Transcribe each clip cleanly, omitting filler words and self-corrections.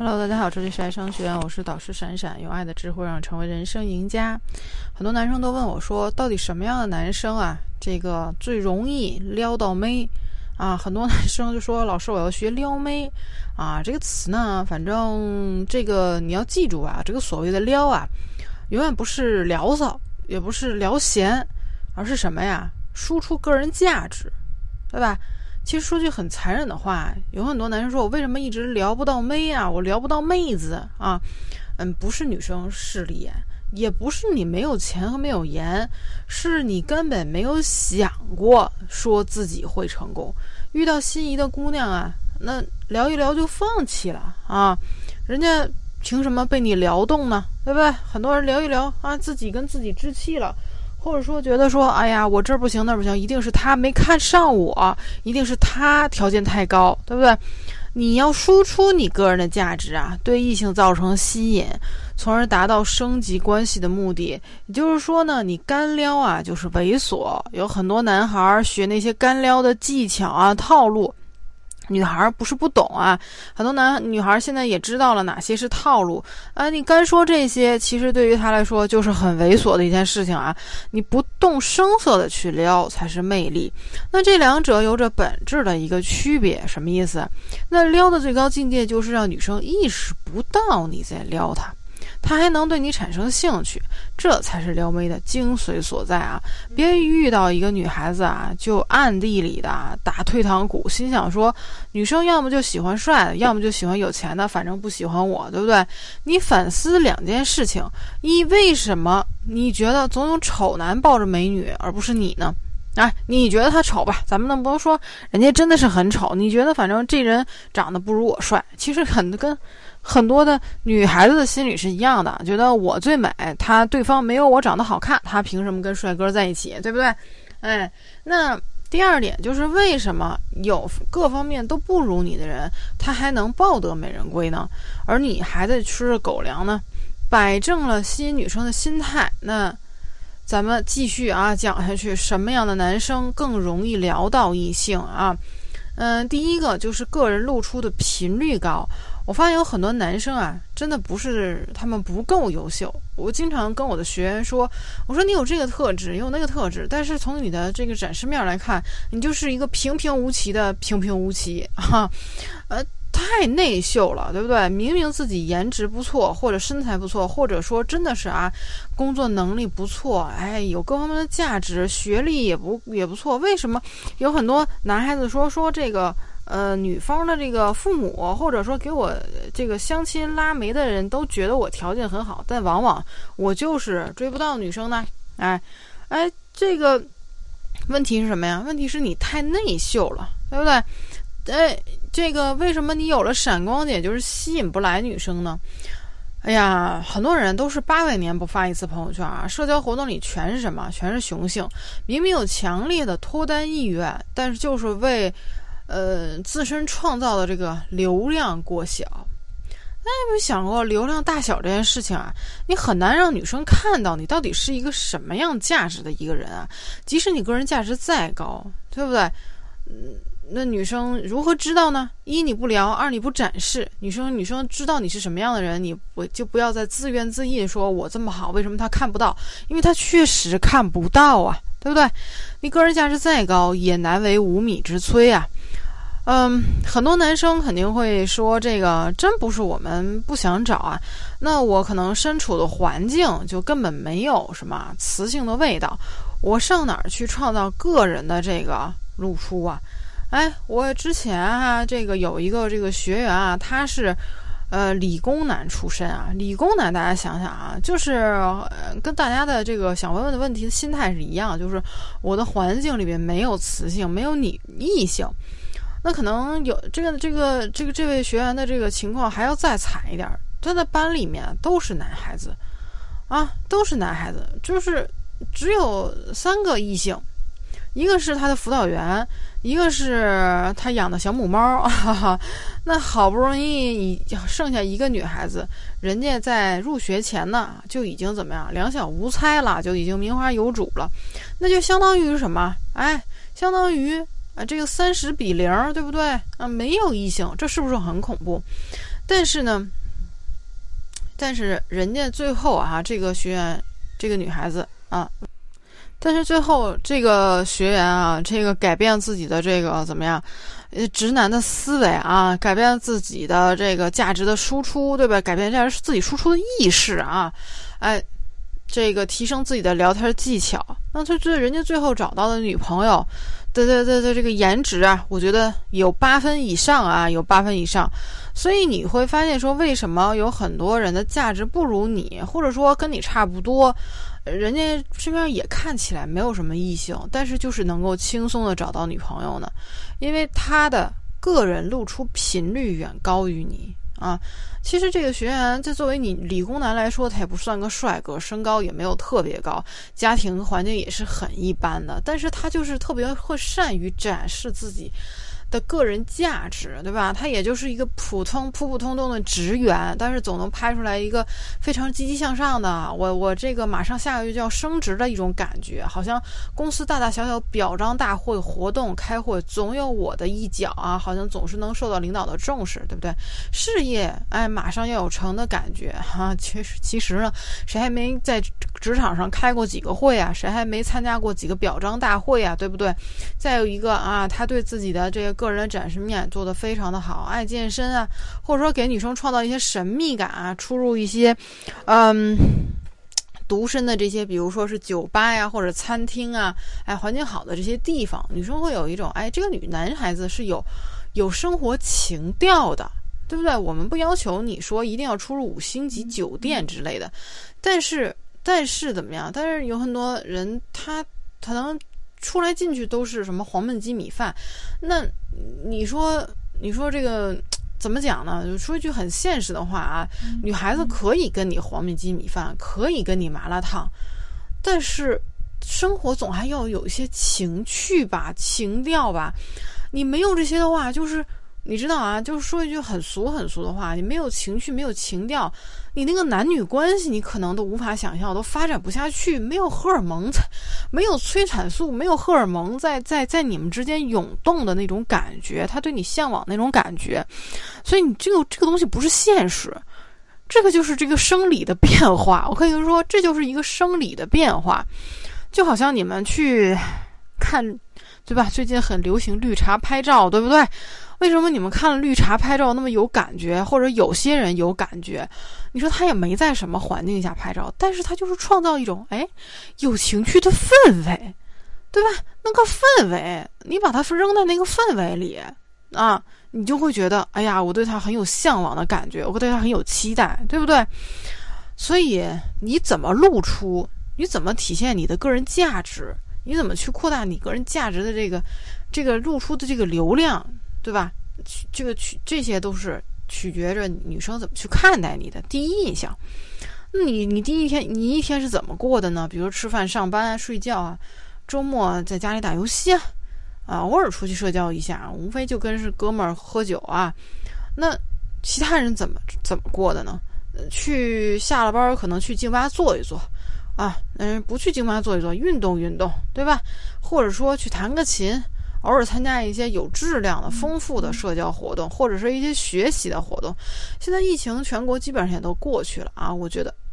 Hello， 大家好，这里是爱商学院，我是导师闪闪，用爱的智慧让你成为人生赢家。很多男生都问我说，到底什么样的男生啊，这个最容易撩到妹啊？很多男生就说，老师我要学撩妹啊，这个词呢，反正这个你要记住啊，这个所谓的撩啊，永远不是聊骚，也不是聊闲，而是什么呀？输出个人价值，对吧？其实说句很残忍的话，有很多男生说，我为什么一直聊不到妹啊？我聊不到妹子啊？不是女生势利眼，也不是你没有钱和没有颜，是你根本没有想过说自己会成功。遇到心仪的姑娘啊，那聊一聊就放弃了啊，人家凭什么被你撩动呢？对不对？很多人聊一聊啊，自己跟自己置气了。或者说觉得说，哎呀，我这儿不行那儿不行，一定是他没看上我，一定是他条件太高，对不对？你要输出你个人的价值啊，对异性造成吸引，从而达到升级关系的目的。也就是说呢，你干撩啊就是猥琐。有很多男孩学那些干撩的技巧啊套路，女孩不是不懂啊，很多女孩现在也知道了哪些是套路啊。你干说这些，其实对于她来说就是很猥琐的一件事情啊。你不动声色的去撩才是魅力。那这两者有着本质的一个区别，什么意思？那撩的最高境界就是让女生意识不到你在撩她，他还能对你产生兴趣，这才是撩妹的精髓所在啊！别遇到一个女孩子啊，就暗地里的打退堂鼓，心想说，女生要么就喜欢帅的，要么就喜欢有钱的，反正不喜欢我，对不对？你反思两件事情：一，为什么你觉得总有丑男抱着美女，而不是你呢？哎，你觉得他丑吧，咱们能不能说人家真的是很丑？你觉得反正这人长得不如我帅，其实跟很多的女孩子的心理是一样的，觉得我最美，对方没有我长得好看，他凭什么跟帅哥在一起，对不对？哎，那第二点就是为什么有各方面都不如你的人，他还能抱得美人归呢？而你还在吃着狗粮呢？摆正了吸引女生的心态，那咱们继续讲下去，什么样的男生更容易聊到异性啊？第一个就是个人露出的频率高。我发现有很多男生啊，真的不是他们不够优秀。我经常跟我的学员说，我说你有这个特质，有那个特质，但是从你的这个展示面来看，你就是一个平平无奇的平平无奇啊，太内秀了，对不对？明明自己颜值不错，或者身材不错，或者说真的是工作能力不错，有各方面的价值，学历也不错，为什么有很多男孩子说这个女方的这个父母，或者说给我这个相亲拉媒的人都觉得我条件很好，但往往我就是追不到女生呢？这个问题是什么呀？问题是你太内秀了，对不对？这个为什么你有了闪光点就是吸引不来女生呢？哎呀，很多人都是800年不发一次朋友圈啊，社交活动里全是什么？全是雄性，明明有强烈的脱单意愿，但是就是为自身创造的这个流量过小。那你有没有想过流量大小这件事情啊？你很难让女生看到你到底是一个什么样价值的一个人啊，即使你个人价值再高，对不对？那女生如何知道呢？一，你不聊；二，你不展示。女生知道你是什么样的人，你就不要再自怨自艾说我这么好，为什么她看不到？因为她确实看不到啊，对不对？你个人价值再高，也难为无米之炊啊。很多男生肯定会说，这个真不是我们不想找啊，那我可能身处的环境就根本没有什么雌性的味道，我上哪儿去创造个人的这个露出啊？我之前这个有一个这个学员啊，他是理工男出身啊。理工男大家想想啊，就是跟大家的这个想问的问题的心态是一样，就是我的环境里面没有雌性，没有异性。那可能有这位学员的这个情况还要再惨一点，他的班里面都是男孩子啊，都是男孩子，就是只有3个异性。一个是他的辅导员，一个是他养的小母猫，那好不容易剩下一个女孩子，人家在入学前呢就已经怎么样两小无猜了，就已经名花有主了，那就相当于什么？相当于这个30比0，对不对啊？没有异性，这是不是很恐怖？ 但是人家最后啊，这个学员，这个女孩子啊，但是最后这个学员啊，这个改变自己的这个怎么样？直男的思维啊，改变自己的这个价值的输出，对吧？改变价值自己输出的意识啊，哎，这个提升自己的聊天技巧。那这人家最后找到的女朋友的这个颜值啊，我觉得有8分以上啊，有8分以上。所以你会发现说，为什么有很多人的价值不如你，或者说跟你差不多，人家身边也看起来没有什么异性，但是就是能够轻松的找到女朋友呢？因为他的个人露出频率远高于你啊。其实这个学员，这作为你理工男来说，他也不算个帅哥，身高也没有特别高，家庭环境也是很一般的，但是他就是特别会善于展示自己的个人价值，对吧？他也就是一个普普通通的职员，但是总能拍出来一个非常积极向上的，我这个马上下个月就要升职的一种感觉，好像公司大大小小表彰大会、活动、开会总有我的一角啊，好像总是能受到领导的重视，对不对？事业马上要有成的感觉哈。其实呢，谁还没在职场上开过几个会啊？谁还没参加过几个表彰大会啊？对不对？再有一个啊，他对自己的这个个人的展示面做得非常的好，爱健身啊，或者说给女生创造一些神秘感啊，出入一些独身的这些，比如说是酒吧呀或者餐厅啊，环境好的这些地方，女生会有一种这个男孩子是有生活情调的，对不对？我们不要求你说一定要出入5星级酒店之类的，但是怎么样？但是有很多人他可能出来进去都是什么黄焖鸡米饭，那你说这个怎么讲呢？就说一句很现实的话啊，女孩子可以跟你黄焖鸡米饭，可以跟你麻辣烫，但是生活总还要有一些情趣吧，情调吧。你没有这些的话，就是你知道啊，就是说一句很俗的话，你没有情趣，没有情调，你那个男女关系你可能都无法想象，都发展不下去。没有荷尔蒙，没有催产素，没有荷尔蒙在你们之间涌动的那种感觉，他对你向往那种感觉，所以你这个东西不是现实，这个就是这个生理的变化。我可以说这就是一个生理的变化，就好像你们去看，对吧？最近很流行绿茶拍照，对不对？为什么你们看了绿茶拍照那么有感觉，或者有些人有感觉？你说他也没在什么环境下拍照，但是他就是创造一种有情趣的氛围，对吧？那个氛围，你把它扔在那个氛围里啊，你就会觉得我对他很有向往的感觉，我对他很有期待，对不对？所以你怎么露出，你怎么体现你的个人价值，你怎么去扩大你个人价值的这个露出的这个流量，对吧？这些都是取决着女生怎么去看待你的第一印象。你第一天，你一天是怎么过的呢？比如吃饭、上班、睡觉啊，周末在家里打游戏偶尔出去社交一下，无非就跟是哥们儿喝酒啊。那其他人怎么过的呢？去下了班可能去静吧坐一坐啊，不去静吧坐一坐，运动运动，对吧？或者说去弹个琴，偶尔参加一些有质量的丰富的社交活动，或者是一些学习的活动。现在疫情全国基本上也都过去了啊，我觉得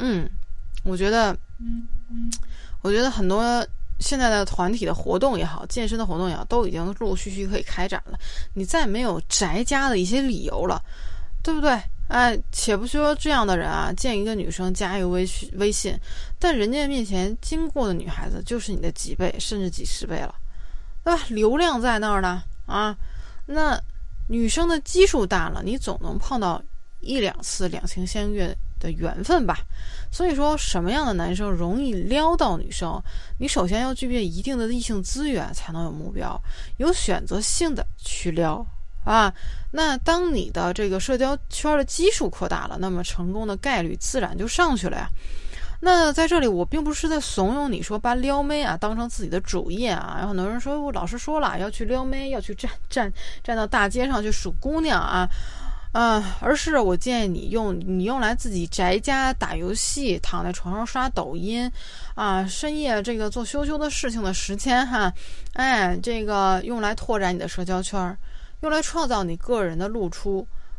很多现在的团体的活动也好，健身的活动也好，都已经陆陆续续可以开展了，你再没有宅家的一些理由了，对不对？且不说这样的人啊，见一个女生加一个微信，但人家面前经过的女孩子就是你的几倍甚至几十倍了，对吧？流量在那儿呢啊，那女生的基数大了，你总能碰到1-2次两情相悦的缘分吧。所以说，什么样的男生容易撩到女生？你首先要具备一定的异性资源，才能有目标，有选择性的去撩啊。那当你的这个社交圈的基数扩大了，那么成功的概率自然就上去了呀。那在这里我并不是在怂恿你说把撩妹当成自己的主业啊。有很多人说我老师说了要去撩妹，要去站到大街上去数姑娘而是我建议你用来自己宅家打游戏，躺在床上刷抖音深夜这个做羞的事情的时间这个用来拓展你的社交圈，用来创造你个人的露出，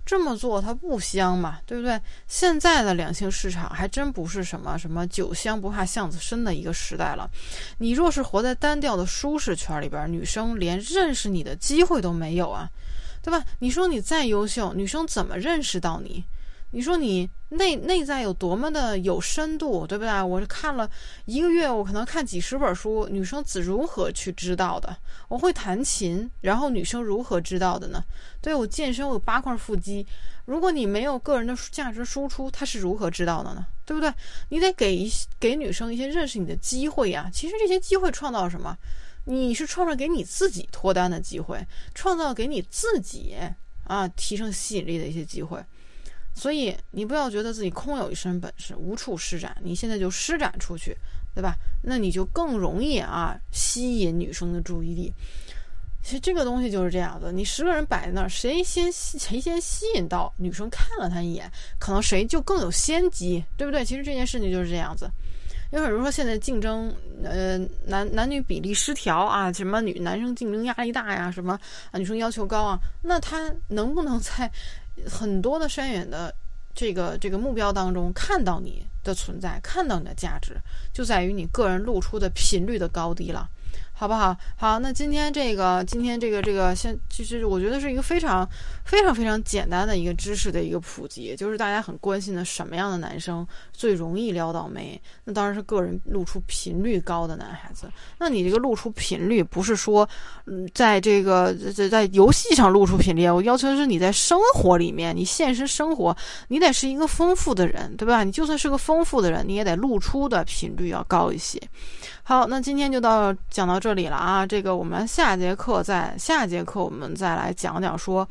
这么做它不香嘛，对不对？现在的两性市场还真不是什么酒香不怕巷子深的一个时代了。你若是活在单调的舒适圈里边，女生连认识你的机会都没有啊，对吧？你说你再优秀，女生怎么认识到你？你说你内在有多么的有深度，对不对？我看了1个月，我可能看几十本书，女生如何去知道的？我会弹琴，然后女生如何知道的呢？对，我健身，我有8块腹肌。如果你没有个人的价值输出，她是如何知道的呢？对不对？你得给女生一些认识你的机会呀。其实这些机会创造什么？你是创造给你自己脱单的机会，创造给你自己提升吸引力的一些机会。所以你不要觉得自己空有一身本事无处施展，你现在就施展出去，对吧？那你就更容易吸引女生的注意力。其实这个东西就是这样的，你10个人摆在那儿，谁先吸引到女生看了他一眼，可能谁就更有先机，对不对？其实这件事情就是这样子。因为比如说现在竞争男女比例失调什么男生竞争压力大呀，什么女生要求高那他能不能在很多的深远的这个目标当中看到你的存在，看到你的价值，就在于你个人露出的频率的高低了，好不好？好，那今天这个其实我觉得是一个非常非常非常简单的一个知识的一个普及，就是大家很关心的什么样的男生最容易撩到妹，那当然是个人露出频率高的男孩子。那你这个露出频率不是说在游戏上露出频率，我要求是你在生活里面，你现实生活你得是一个丰富的人，对吧？你就算是个丰富的人，你也得露出的频率要高一些。好，那今天就讲到这里了这个我们下节课我们再来讲讲说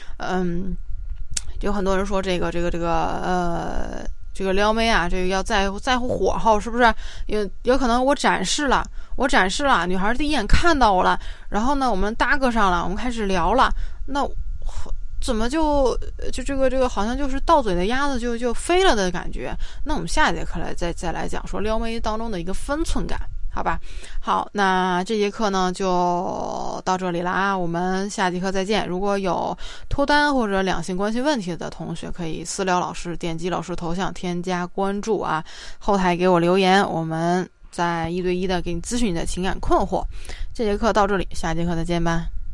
有很多人说这个撩妹这个要在乎火候，是不是？有可能我展示了，女孩第一眼看到我了，然后呢我们搭个上了，我们开始聊了，那怎么就这个好像就是到嘴的鸭子就飞了的感觉？那我们下一节课再来讲说撩妹当中的一个分寸感，好吧？好，那这节课呢就到这里了我们下节课再见。如果有脱单或者两性关系问题的同学，可以私聊老师，点击老师头像添加关注后台给我留言，我们再1对1的给你咨询你的情感困惑。这节课到这里，下节课再见吧。